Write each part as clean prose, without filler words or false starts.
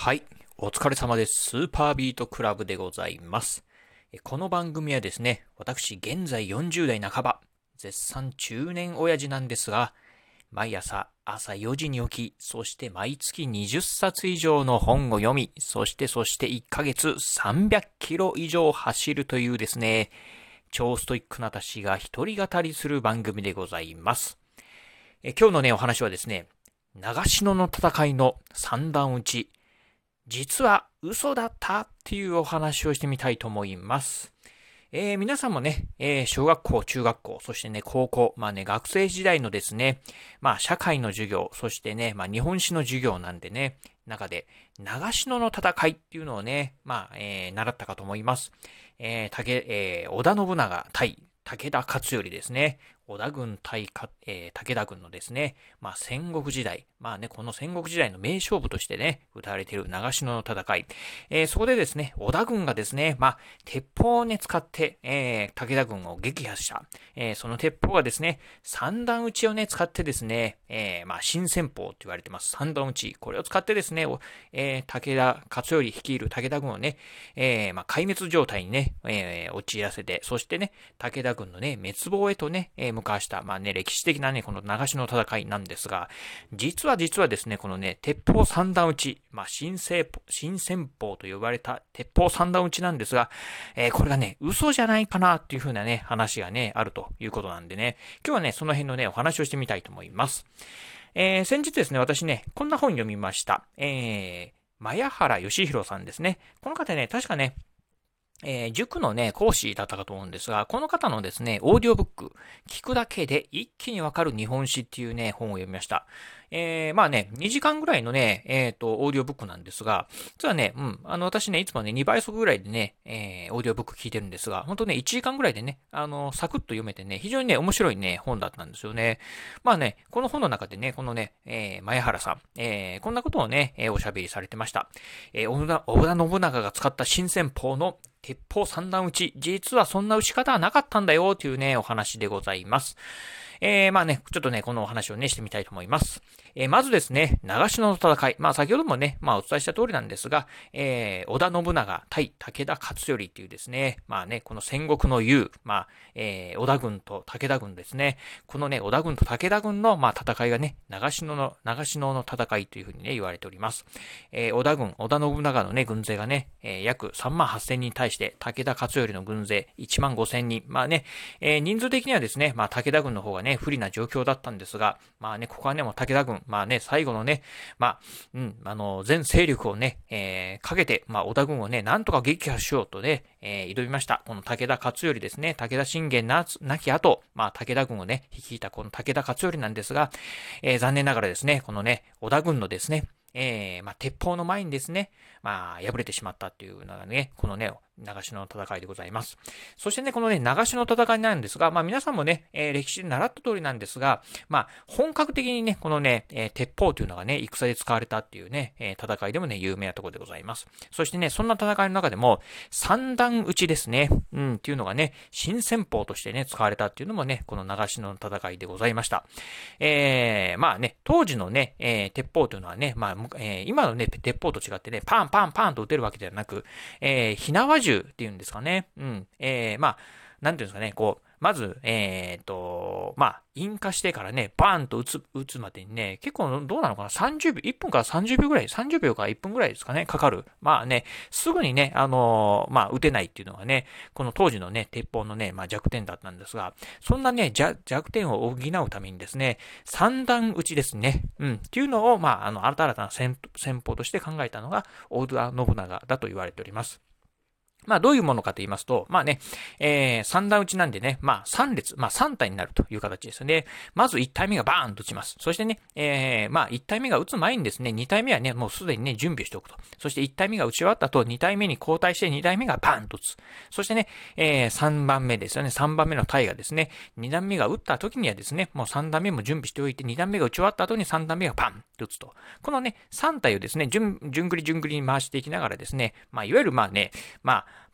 はい。お疲れ様です。スーパービートクラブでございます。この番組はですね、私現在40代半ば、絶賛中年親父なんですが、毎朝4時に起き、そして毎月20冊以上の本を読み、そして1ヶ月300キロ以上走るというですね、超ストイックな私が一人語りする番組でございます。今日のね、お話はですね、長篠の戦いの三段撃ち、実は嘘だったっていうお話をしてみたいと思います。皆さんもね、小学校、中学校、そしてね、高校、学生時代のですね、社会の授業、そしてね、日本史の授業なんでね、中で、長篠の戦いっていうのをね、習ったかと思います。織田信長対武田勝頼ですね。織田軍対武田軍のですね、戦国時代、この戦国時代の名勝負としてね、歌われている長篠の戦い。そこでですね、織田軍がですね、鉄砲をね、使って、武田軍を撃破した。その鉄砲がですね、三段撃ちをね、使ってですね、新戦法と言われてます。三段撃ち。これを使ってですね、武田勝頼率いる武田軍をね、壊滅状態にね、陥らせて、そしてね、武田軍のね、滅亡へとね、向かわした、歴史的なね、この長篠の戦いなんですが、実はですね、このね、鉄砲三段撃ち、新戦法と呼ばれた鉄砲三段撃ちなんですが、これがね、嘘じゃないかなっていう風なね、話がね、あるということなんでね、今日はね、その辺のね、お話をしてみたいと思います。先日ですね、私ね、こんな本読みました。前原義弘さんですね。この方ね、確かね、塾のね、講師だったかと思うんですが、この方のですね、オーディオブック、聞くだけで一気にわかる日本史っていうね、本を読みました。2時間ぐらいのね、オーディオブックなんですが、実はね、私ね、いつもね、2倍速ぐらいでね、オーディオブック聞いてるんですが、ほんとね、1時間ぐらいでね、サクッと読めてね、非常にね、面白いね、本だったんですよね。この本の中でね、このね、前原さん、こんなことをね、おしゃべりされてました。織田信長が使った新戦法の鉄砲三段撃ち、実はそんな撃ち方はなかったんだよというね、お話でございます。ちょっとね、このお話をね、してみたいと思います。まずですね、長篠の戦い。先ほどもね、お伝えした通りなんですが、織田信長対武田勝頼っていうですね、この戦国の雄、織田軍と武田軍ですね。このね、織田軍と武田軍の、戦いがね、長篠の戦いというふうにね、言われております。織田信長のね、軍勢がね、約3万8000人に対して、武田勝頼の軍勢1万5000人。人数的にはですね、武田軍の方がね、不利な状況だったんですが、ここはね、もう武田軍、最後のね、全勢力をね、かけて、織田軍をね、なんとか撃破しようとね、挑みました。この武田勝頼ですね、武田信玄なき後、武田軍をね、率いたこの武田勝頼なんですが、残念ながらですね、このね、織田軍のですね、鉄砲の前にですね、敗れてしまったっていうのがね、このね、長篠の戦いでございます。そしてね、このね、長篠の戦いなんですが、皆さんもね、歴史で習った通りなんですが、本格的にね、このね、鉄砲というのがね、戦で使われたっていうね、戦いでもね、有名なところでございます。そしてね、そんな戦いの中でも、三段撃ちですね、っていうのがね、新戦法としてね、使われたっていうのもね、この長篠の戦いでございました。当時のね、鉄砲というのはね、今のね、鉄砲と違ってね、パンパンパンと撃てるわけではなく、火縄銃っていうんですかね。なんていうんですかね、まず、引火してからね、バーンと撃つまでにね、結構どうなのかな ?30 秒、1分から30秒ぐらい、30秒から1分ぐらいですかね、かかる。すぐにね、撃てないっていうのがね、この当時のね、鉄砲のね、弱点だったんですが、そんなね、弱点を補うためにですね、三段撃ちですね、っていうのを、新たな戦法として考えたのが、織田信長だと言われております。どういうものかと言いますと、三段打ちなんでね、三列、三体になるという形ですよね。まず一体目がバーンと打ちます。そしてね、一体目が打つ前にですね、二体目はね、もうすでにね、準備しておくと。そして一体目が打ち終わった後、二体目に交代して二体目がバーンと打つ。そしてね、三番目ですよね、三番目の体がですね、二段目が打った時にはですね、もう三段目も準備しておいて、二段目が打ち終わった後に三段目がパンと打つと。このね、三体をですね、順繰りに回していきながらですね、いわゆる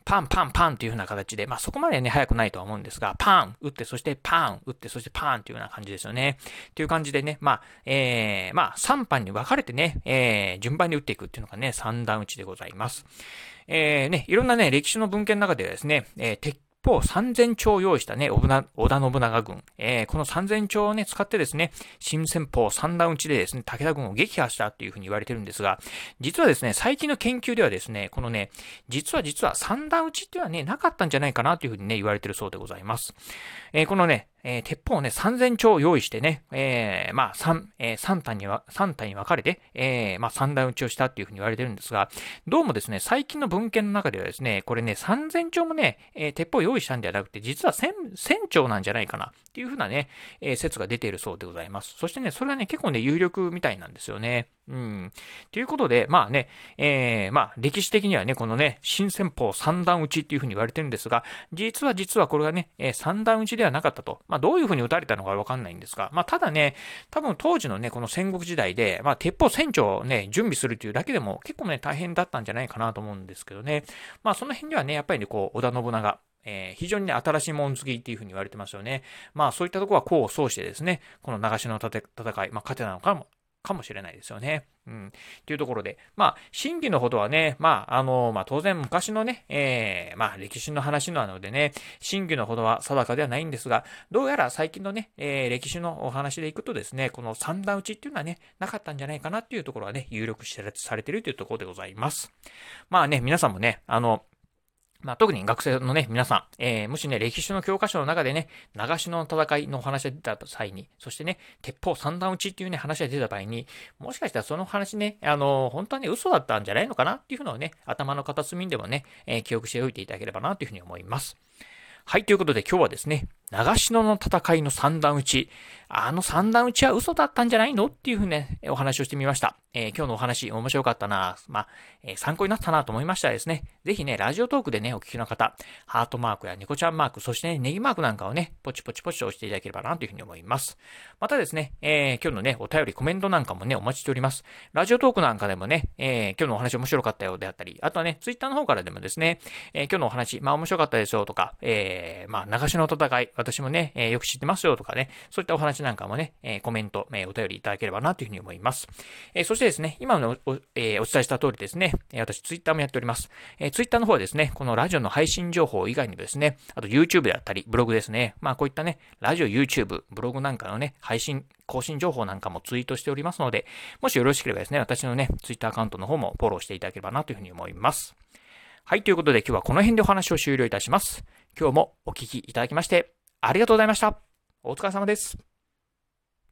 パンパンパンという風な形で、そこまでね、速くないとは思うんですが、パン打って、そしてパン打って、そしてパンというような感じですよね。という感じでね、3班に分かれてね、順番に打っていくっていうのがね、三段打ちでございます。いろんなね、歴史の文献の中ではですね、鉄砲3000丁を用意したね、織田信長軍。この3000丁をね、使ってですね、新戦法三段打ちでですね、武田軍を撃破したっていうふうに言われてるんですが、実はですね、最近の研究ではですね、このね、実は三段打ちっていうのはね、なかったんじゃないかなというふうにね、言われてるそうでございます。このね、鉄砲をね、3000丁用意してね、3体に分かれて、三段打ちをしたっていうふうに言われてるんですが、どうもですね、最近の文献の中ではですね、これね、3000丁もね、鉄砲を用意したんではなくて、実は1000丁なんじゃないかなっていうふうなね、説が出ているそうでございます。そしてね、それはね、結構ね、有力みたいなんですよね。ということで、歴史的にはね、このね、新戦法三段打ちっていうふうに言われてるんですが、実はこれがね、三段打ちではなかったと。どういうふうに撃たれたのかわかんないんですが、ただね、多分当時のね、この戦国時代で、鉄砲1000丁をね、準備するというだけでも結構ね、大変だったんじゃないかなと思うんですけどね。その辺ではね、やっぱりね、こう、織田信長、非常にね、新しいもん好きっていうふうに言われてますよね。そういったところは功を奏してですね、この長篠の戦い、勝てたのかもしれないですよね。というところで、真偽のほどはね、当然昔のね、歴史の話なのでね、真偽のほどは定かではないんですが、どうやら最近のね、歴史のお話でいくとですね、この三段打ちっていうのはね、なかったんじゃないかなっていうところはね、有力視されているというところでございます。皆さんもね、特に学生のね、皆さん、もしね、歴史の教科書の中でね、長篠の戦いのお話が出た際に、そしてね、鉄砲三段打ちっていうね、話が出た場合に、もしかしたらその話ね、本当はね、嘘だったんじゃないのかなっていうのをね、頭の片隅にでもね、記憶しておいていただければなというふうに思います。はい、ということで今日はですね、長篠の戦いの三段打ち。三段打ちは嘘だったんじゃないのっていうふうにね、お話をしてみました。今日のお話面白かったな、参考になったなと思いましたらですね、ぜひね、ラジオトークでね、お聞きの方、ハートマークやニコちゃんマーク、そしてね、ネギマークなんかをね、ポチポチと押していただければなというふうに思います。またですね、今日のね、お便り、コメントなんかもね、お待ちしております。ラジオトークなんかでもね、今日のお話面白かったよであったり、あとはね、ツイッターの方からでもですね、今日のお話、面白かったですよとか、長篠の戦い、私もね、よく知ってますよとかね、そういったお話なんかもね、コメント、お便りいただければなというふうに思います。そしてですね、今のお伝えした通りですね、私ツイッターもやっております。ツイッターの方はですね、このラジオの配信情報以外にもですね、あと YouTube であったり、ブログですね、こういったね、ラジオ、YouTube、ブログなんかのね、配信、更新情報なんかもツイートしておりますので、もしよろしければですね、私のね、ツイッターアカウントの方もフォローしていただければなというふうに思います。はい、ということで今日はこの辺でお話を終了いたします。今日もお聞きいただきまして、ありがとうございました。お疲れ様です。